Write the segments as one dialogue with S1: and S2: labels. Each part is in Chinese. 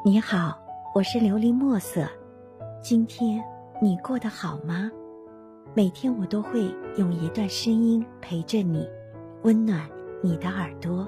S1: 你好，我是琉璃墨色。今天你过得好吗？每天我都会用一段声音陪着你，温暖你的耳朵。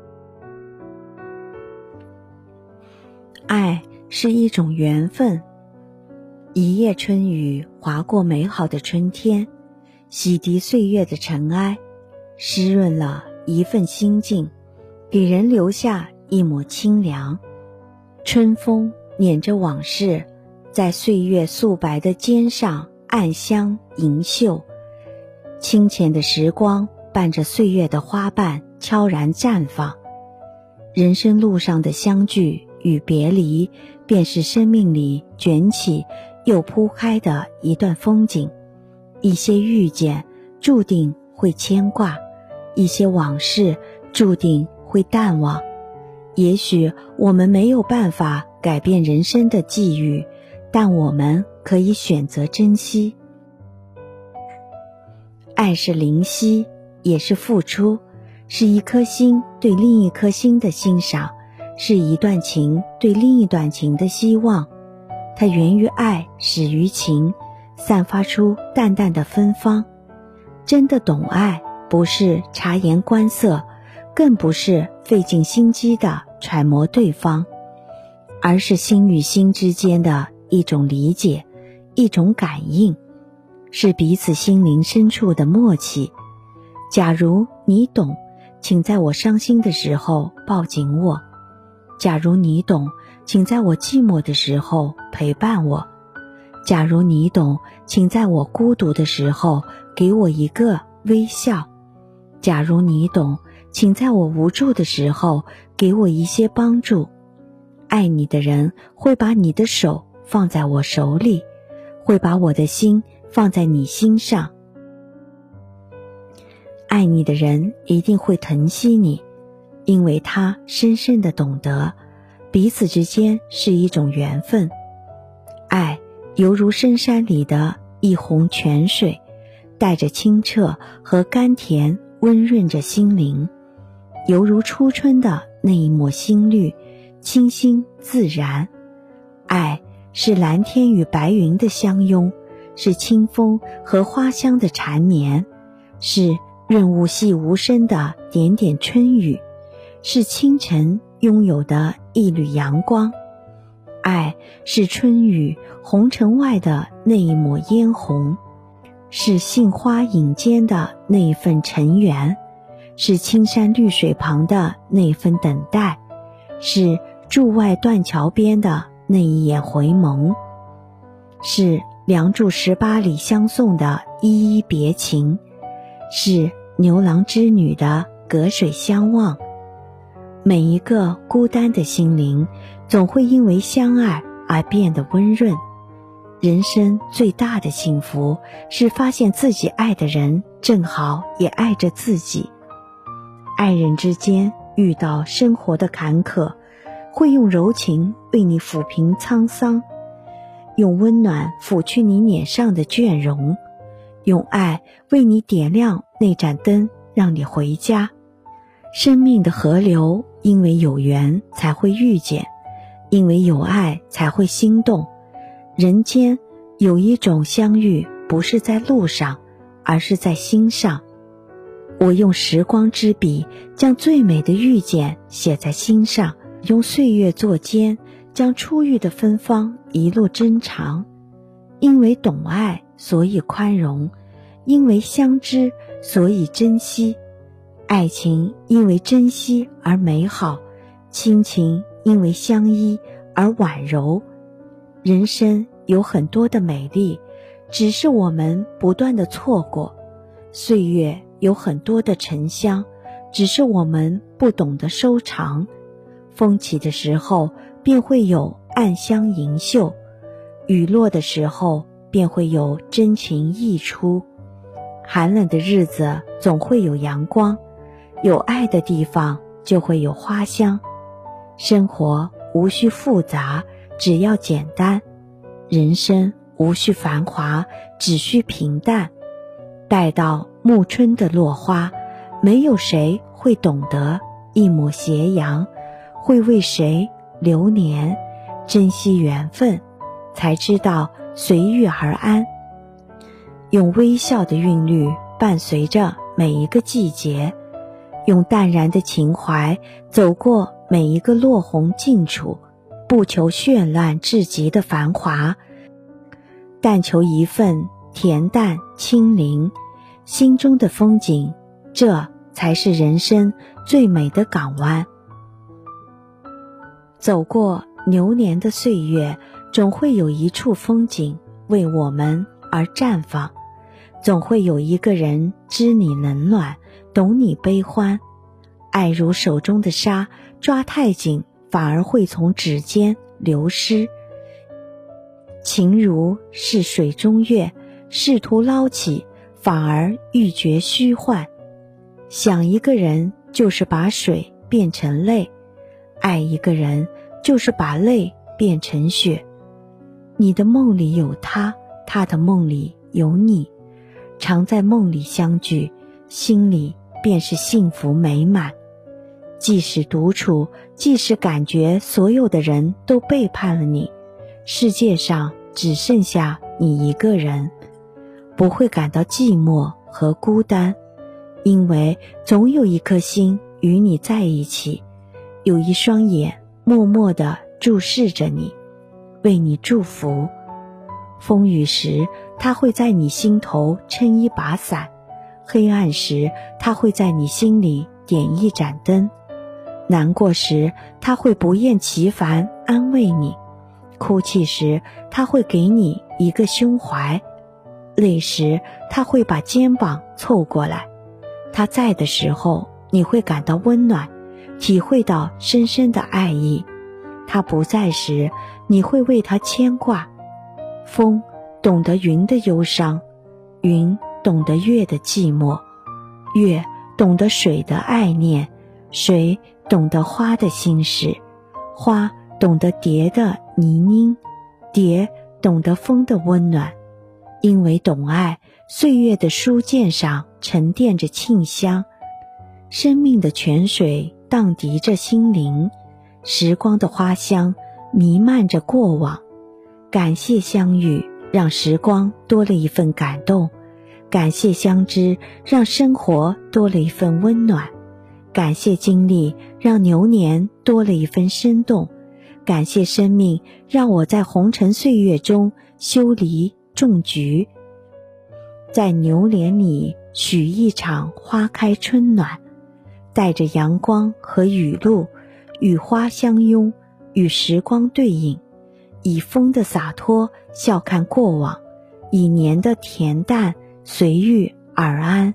S1: 爱是一种缘分，一夜春雨划过美好的春天，洗涤岁月的尘埃，湿润了一份心境，给人留下一抹清凉。春风捻着往事，在岁月素白的肩上暗香盈袖，清浅的时光伴着岁月的花瓣悄然绽放。人生路上的相聚与别离，便是生命里卷起又铺开的一段风景。一些遇见注定会牵挂，一些往事注定会淡忘。也许我们没有办法改变人生的际遇，但我们可以选择珍惜。爱是灵犀，也是付出，是一颗心对另一颗心的欣赏，是一段情对另一段情的希望。它源于爱，始于情，散发出淡淡的芬芳。真的懂爱，不是察言观色，更不是费尽心机的揣摩对方，而是心与心之间的一种理解，一种感应，是彼此心灵深处的默契。假如你懂，请在我伤心的时候抱紧我；假如你懂，请在我寂寞的时候陪伴我；假如你懂，请在我孤独的时候给我一个微笑；假如你懂，请在我无助的时候给我一些帮助。爱你的人会把你的手放在我手里，会把我的心放在你心上。爱你的人一定会疼惜你，因为他深深地懂得，彼此之间是一种缘分。爱犹如深山里的一泓泉水，带着清澈和甘甜，温润着心灵。犹如初春的那一抹新绿，清新自然。爱是蓝天与白云的相拥，是清风和花香的缠绵，是润物细无声的点点春雨，是清晨拥有的一缕阳光。爱是春雨红尘外的那一抹嫣红，是杏花影间的那一份尘缘，是青山绿水旁的那份等待，是驻外断桥边的那一眼回眸，是梁祝18里相送的依依别情，是牛郎织女的隔水相望。每一个孤单的心灵，总会因为相爱而变得温润。人生最大的幸福，是发现自己爱的人正好也爱着自己。爱人之间遇到生活的坎坷，会用柔情为你抚平沧桑，用温暖抚去你脸上的倦容，用爱为你点亮那盏灯，让你回家。生命的河流，因为有缘才会遇见，因为有爱才会心动。人间有一种相遇，不是在路上，而是在心上。我用时光之笔，将最美的遇见写在心上，用岁月作笺，将初遇的芬芳一路珍藏。因为懂爱，所以宽容；因为相知，所以珍惜。爱情因为珍惜而美好，亲情因为相依而婉柔。人生有很多的美丽，只是我们不断的错过；岁月有很多的沉香，只是我们不懂得收藏。风起的时候，便会有暗香盈袖；雨落的时候，便会有真情溢出。寒冷的日子总会有阳光，有爱的地方就会有花香。生活无需复杂，只要简单；人生无需繁华，只需平淡。待到暮春的落花，没有谁会懂得一抹斜阳，会为谁流年， 珍惜缘分，才知道随遇而安。用微笑的韵律伴随着每一个季节，用淡然的情怀走过每一个落红尽处，不求绚烂至极的繁华，但求一份恬淡清灵，心中的风景，这才是人生最美的港湾。走过流年的岁月，总会有一处风景为我们而绽放，总会有一个人知你冷暖，懂你悲欢。爱如手中的沙，抓太紧反而会从指尖流失。情如是水中月，试图捞起，反而欲觉虚幻。想一个人，就是把水变成泪；爱一个人，就是把泪变成雪。你的梦里有他，他的梦里有你，常在梦里相聚，心里便是幸福美满。即使独处，即使感觉所有的人都背叛了你，世界上只剩下你一个人，不会感到寂寞和孤单，因为总有一颗心与你在一起，有一双眼默默地注视着你，为你祝福。风雨时，他会在你心头撑一把伞；黑暗时，他会在你心里点一盏灯；难过时，他会不厌其烦安慰你；哭泣时，他会给你一个胸怀；累时，他会把肩膀凑过来。他在的时候，你会感到温暖，体会到深深的爱意；他不在时，你会为他牵挂。风懂得云的忧伤，云懂得月的寂寞，月懂得水的爱念，水懂得花的心事，花懂得蝶的呢咛，蝶懂得风的温暖。因为懂爱，岁月的书卷上沉淀着沁香，生命的泉水荡涤着心灵，时光的花香弥漫着过往。感谢相遇，让时光多了一份感动；感谢相知，让生活多了一份温暖；感谢经历，让流年多了一份生动；感谢生命，让我在红尘岁月中修篱种菊，在流年里许一场花开春暖，带着阳光和雨露，与花相拥，与时光对应，以风的洒脱笑看过往，以年的恬淡随遇而安。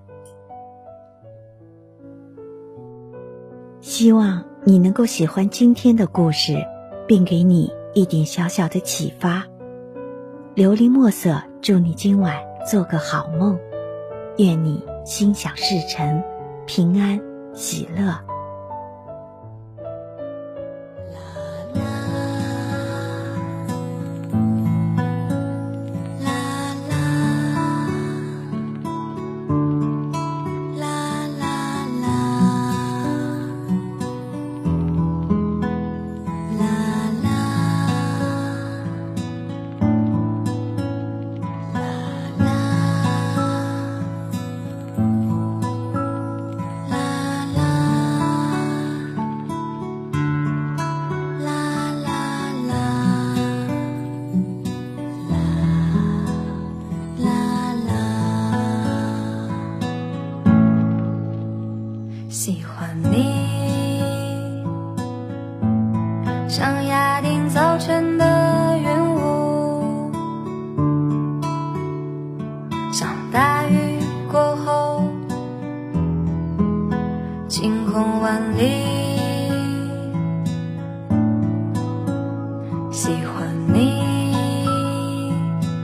S1: 希望你能够喜欢今天的故事，并给你一点小小的启发。琉璃墨色祝你今晚做个好梦，愿你心想事成，平安喜乐。
S2: 喜欢你，像雅典早晨的云雾，像大雨过后晴空万里。喜欢你，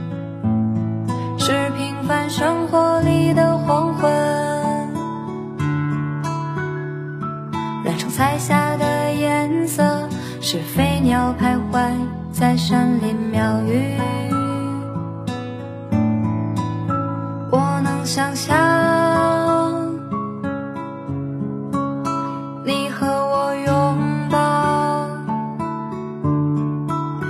S2: 是平凡生活里的黄昏，染成彩霞的颜色，是飞鸟徘徊在山林庙宇。我能想象你和我拥抱，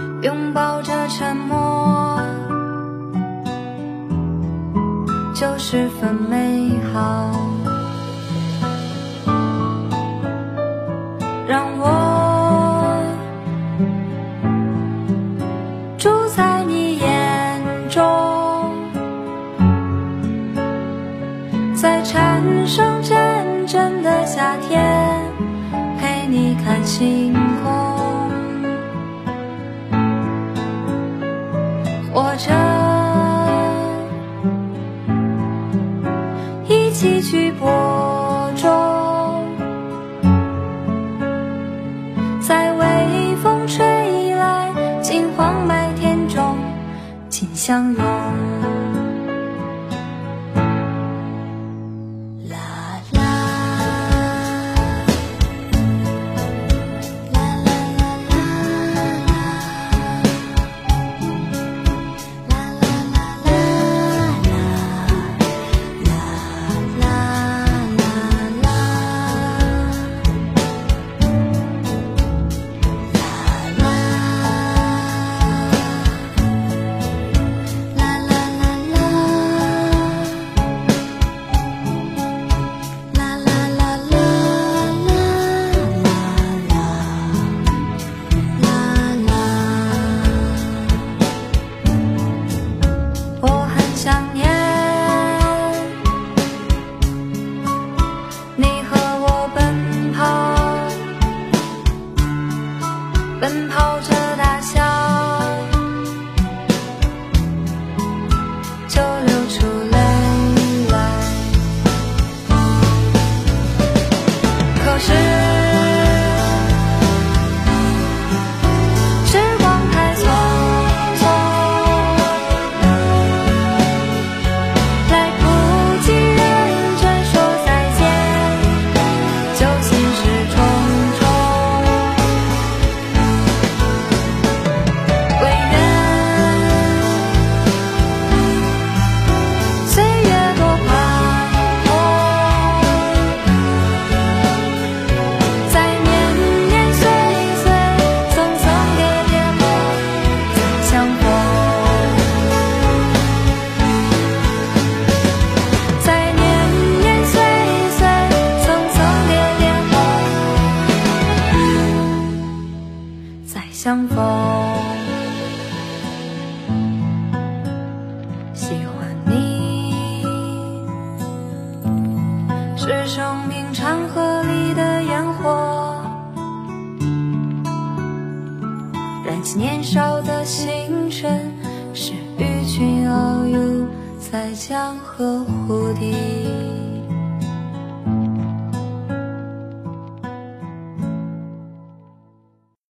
S2: 晴空，或者一起去播种，在微风吹来金黄麦田中紧相拥。奔跑着大象，就流出泪来。可是时光太匆匆，来不及认真说再见，就心事重重。相逢，喜欢你是生命长河里的烟火，燃起年少的星辰，是鱼群遨游在江河湖底。